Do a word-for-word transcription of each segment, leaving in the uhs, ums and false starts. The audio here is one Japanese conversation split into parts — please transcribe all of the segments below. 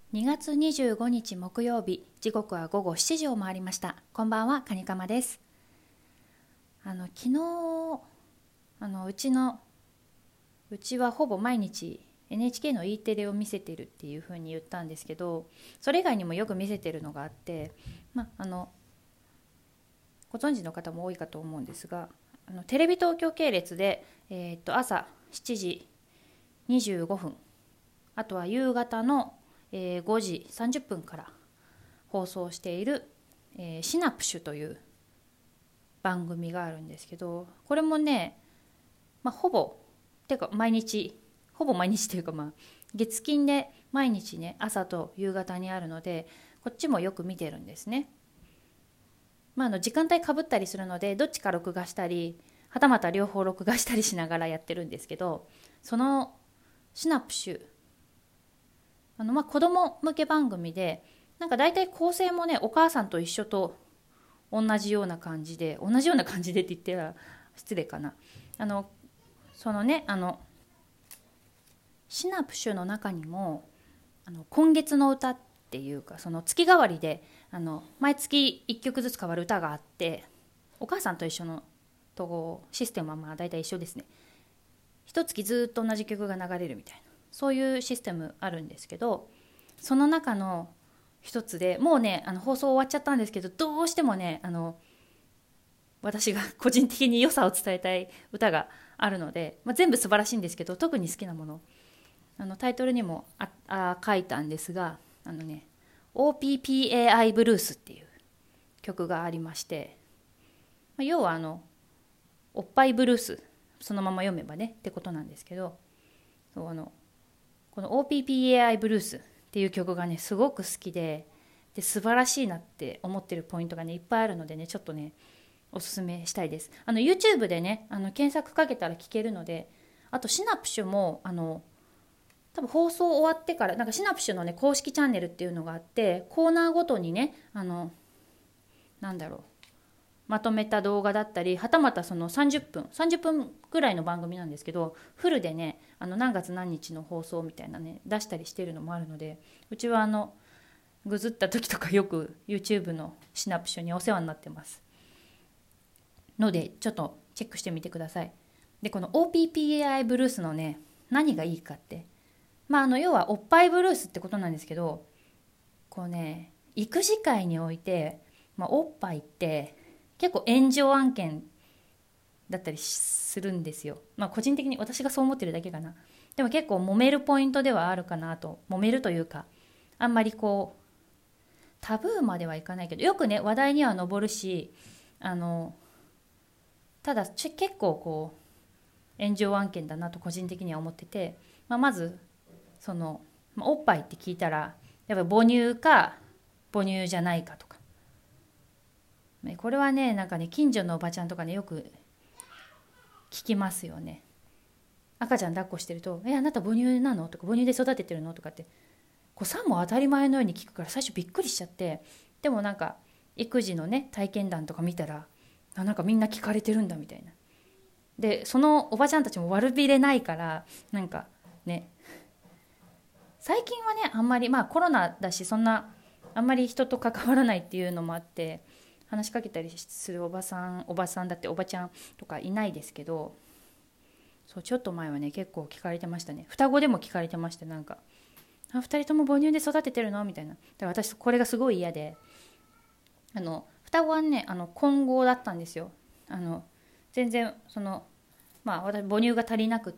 にがつにじゅうごにち木曜日、時刻はごごしちじを回りました。こんばんは、カニカマです。あの昨日あのうちのうちはほぼ毎日 エヌエイチケー の E テレを見せてるっていうふうに言ったんですけど、それ以外にもよく見せてるのがあって、まあ、あのご存知の方も多いかと思うんですが、あのテレビ東京系列で、えー、と朝しちじにじゅうごふん、あとは夕方のえー、ごじさんじゅっぷんから放送している、えー、シナプシュという番組があるんですけど、これもね、まあ、ほぼてか毎日ほぼ毎日というか、まあ、月金で毎日ね朝と夕方にあるので、こっちもよく見てるんですね。まあ、あの時間帯かぶったりするので、どっちか録画したりはたまた両方録画したりしながらやってるんですけど、そのシナプシュあのまあ子供向け番組で、なんか大体構成もね、お母さんと一緒と同じような感じで、同じような感じでって言っては失礼かな。あのそのね、あのシナプシュの中にもあの今月の歌っていうか、その月替わりであの毎月いっきょくずつ変わる歌があって、お母さんと一緒のとシステムはまあ大体一緒ですね。一月ずっと同じ曲が流れるみたいな、そういうシステムあるんですけど、その中の一つでもうね、あの放送終わっちゃったんですけど、どうしてもね、あの私が個人的に良さを伝えたい歌があるので、まあ、全部素晴らしいんですけど、特に好きなもの、あのタイトルにもああ書いたんですが、あのね オーピーピーエーアイ ブルースっていう曲がありまして、まあ、要はあのおっぱいブルース、そのまま読めばねってことなんですけど、そうあのこの オーピーピーエーアイ ブルースっていう曲がねすごく好きで、で素晴らしいなって思ってるポイントがねいっぱいあるのでね、ちょっとねおすすめしたいです。あの YouTube でね、あの検索かけたら聞けるので、あとシナプシュもあの多分放送終わってから、なんかシナプシュのね公式チャンネルっていうのがあって、コーナーごとにね、あのなんだろうまとめた動画だったり、はたまたそのさんじゅっぷんさんじゅっぷんぐらいの番組なんですけど、フルでね、あの何月何日の放送みたいなね出したりしてるのもあるので、うちはあのぐずった時とかよく YouTube のシナプシュにお世話になってますので、ちょっとチェックしてみてください。でこの オーピーピーエーアイ ブルースのね何がいいかって、まああの要はおっぱいブルースってことなんですけど、こうね育児界において、まあ、おっぱいって結構炎上案件だったりするんですよ。まあ個人的に私がそう思ってるだけかな。でも結構揉めるポイントではあるかなと。揉めるというか、あんまりこうタブーまではいかないけど、よくね話題には上るし、あのただ結構こう炎上案件だなと個人的には思ってて、まあ、まずその、まあ、おっぱいって聞いたらやっぱり母乳か母乳じゃないかとか、これはねなんかね近所のおばちゃんとかねよく聞きますよね。赤ちゃん抱っこしてると「えあなた母乳なの?」とか「母乳で育ててるの?」とかってこうさも当たり前のように聞くから、最初びっくりしちゃって、でもなんか育児のね体験談とか見たら、あなんかみんな聞かれてるんだみたいな。でそのおばちゃんたちも悪びれないから、なんかね最近はねあんまりまあコロナだし、そんなあんまり人と関わらないっていうのもあって話しかけたりするおばさんおばさんだっておばちゃんとかいないですけど、そうちょっと前はね結構聞かれてましたね。双子でも聞かれてました。なんかあふたりとも母乳で育ててるのみたいな。だから私これがすごい嫌で、あの双子はねあの混合だったんですよ。あの全然そのまあ私母乳が足りなくって、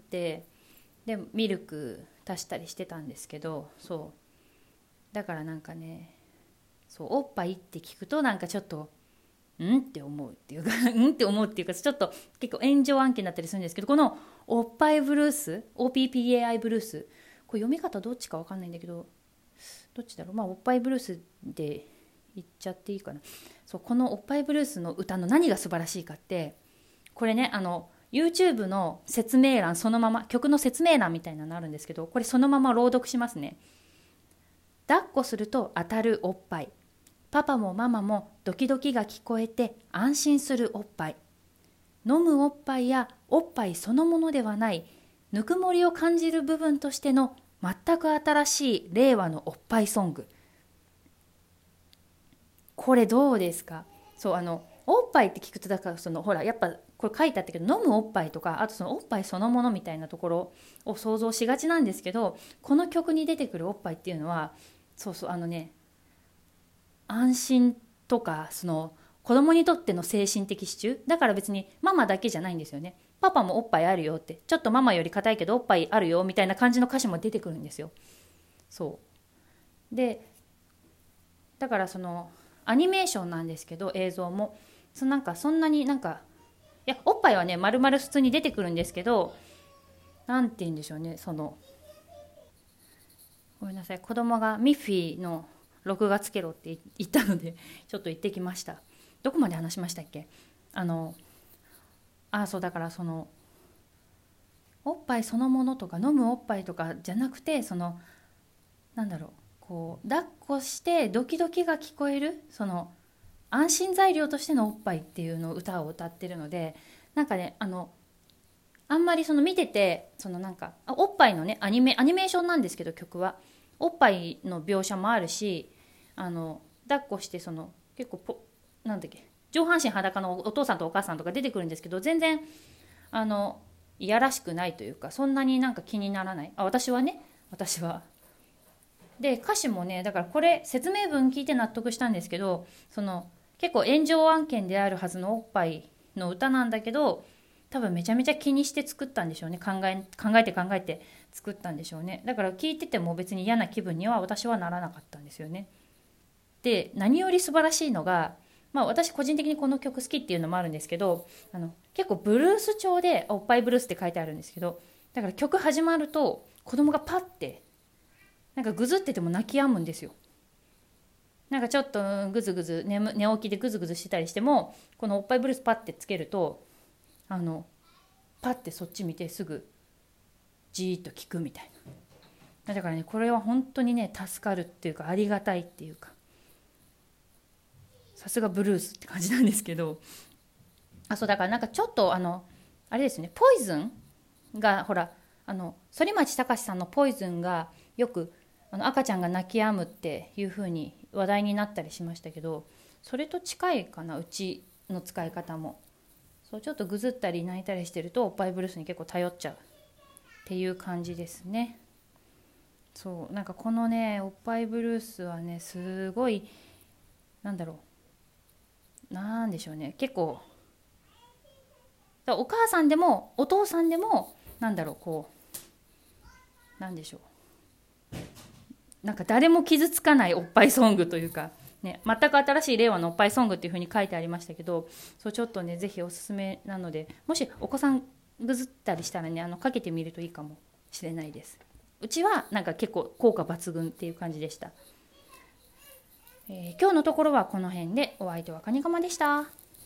でミルク足したりしてたんですけど、そうだからなんかね、そうおっぱいって聞くとなんかちょっとんって思うっていうかんって思うっていうか、ちょっと結構炎上案件だったりするんですけど、このおっぱいブルース オーピーピーエーアイ ブルース、これ読み方どっちか分かんないんだけど、どっちだろう、まあおっぱいブルースで言っちゃっていいかな。そうこのおっぱいブルースの歌の何が素晴らしいかって、これねあの YouTube の説明欄そのまま、曲の説明欄みたいなのあるんですけど、これそのまま朗読しますね。抱っこすると当たるおっぱい、パパもママもドキドキが聞こえて安心するおっぱい、飲むおっぱいやおっぱいそのものではないぬくもりを感じる部分としての全く新しい令和のおっぱいソング。これどうですか？そう、あのおっぱいって聞くと、だからそのほらやっぱこれ書いてあったけど、飲むおっぱいとか、あとそのおっぱいそのものみたいなところを想像しがちなんですけど、この曲に出てくるおっぱいっていうのは、そうそう、あのね、安心とか、その子供にとっての精神的支柱だから、別にママだけじゃないんですよね。パパもおっぱいあるよって、ちょっとママより硬いけどおっぱいあるよみたいな感じの歌詞も出てくるんですよ。そうで、だからそのアニメーションなんですけど、映像もそのなんかそんなになんか、いやおっぱいはね丸々普通に出てくるんですけど、なんて言うんでしょうね、そのごめんなさい、子供がミッフィーの録画つけろって言ったのでちょっと行ってきました。どこまで話しましたっけ？あのあそうだから、そのおっぱいそのものとか飲むおっぱいとかじゃなくて、そのなんだろう、こう抱っこしてドキドキが聞こえる、その安心材料としてのおっぱいっていうのを歌を歌ってるので、なんかね、あのあんまりその見てて、そのなんかおっぱいのねアニメアニメーションなんですけど、曲はおっぱいの描写もあるし、あの抱っこしてその結構ポなんだっけ上半身裸のお父さんとお母さんとか出てくるんですけど、全然あのいやらしくないというか、そんなになんか気にならない。あ、私はね、私は。で歌詞もね、だからこれ説明文聞いて納得したんですけど、その結構炎上案件であるはずのおっぱいの歌なんだけど、多分めちゃめちゃ気にして作ったんでしょうね。考え考えて考えて作ったんでしょうね。だから聞いてても別に嫌な気分には私はならなかったんですよね。で何より素晴らしいのが、まあ、私個人的にこの曲好きっていうのもあるんですけど、あの結構ブルース調でおっぱいブルースって書いてあるんですけど、だから曲始まると子供がパッてなんかぐずってても泣き止むんですよ。なんかちょっとぐずぐず 寝, 寝起きでぐずぐずしてたりしても、このおっぱいブルースパッてつけると、あのパッてそっち見てすぐじーっと聞くみたいな。だからね、これは本当にね助かるっていうか、ありがたいっていうか、さすがブルースって感じなんですけど、あそうだからなんかちょっとあのあれですね、ポイズンがほら、あの反町隆史さんのポイズンがよくあの赤ちゃんが泣き止むっていう風に話題になったりしましたけど、それと近いかな、うちの使い方も。そうちょっとぐずったり泣いたりしてるとおっぱいブルースに結構頼っちゃうっていう感じですね。そうなんかこのねおっぱいブルースはね、すごいなんだろう、なんでしょうね、結構お母さんでもお父さんでもなんだろう、こうなんでしょう、なんか誰も傷つかないおっぱいソングというか、ね、全く新しい令和のおっぱいソングっていう風に書いてありましたけど、そうちょっとねぜひおすすめなので、もしお子さんぐずったりしたらね、あのかけてみるといいかもしれないです。うちはなんか結構効果抜群っていう感じでした。えー、今日のところはこの辺で、お相手はカニカマでした。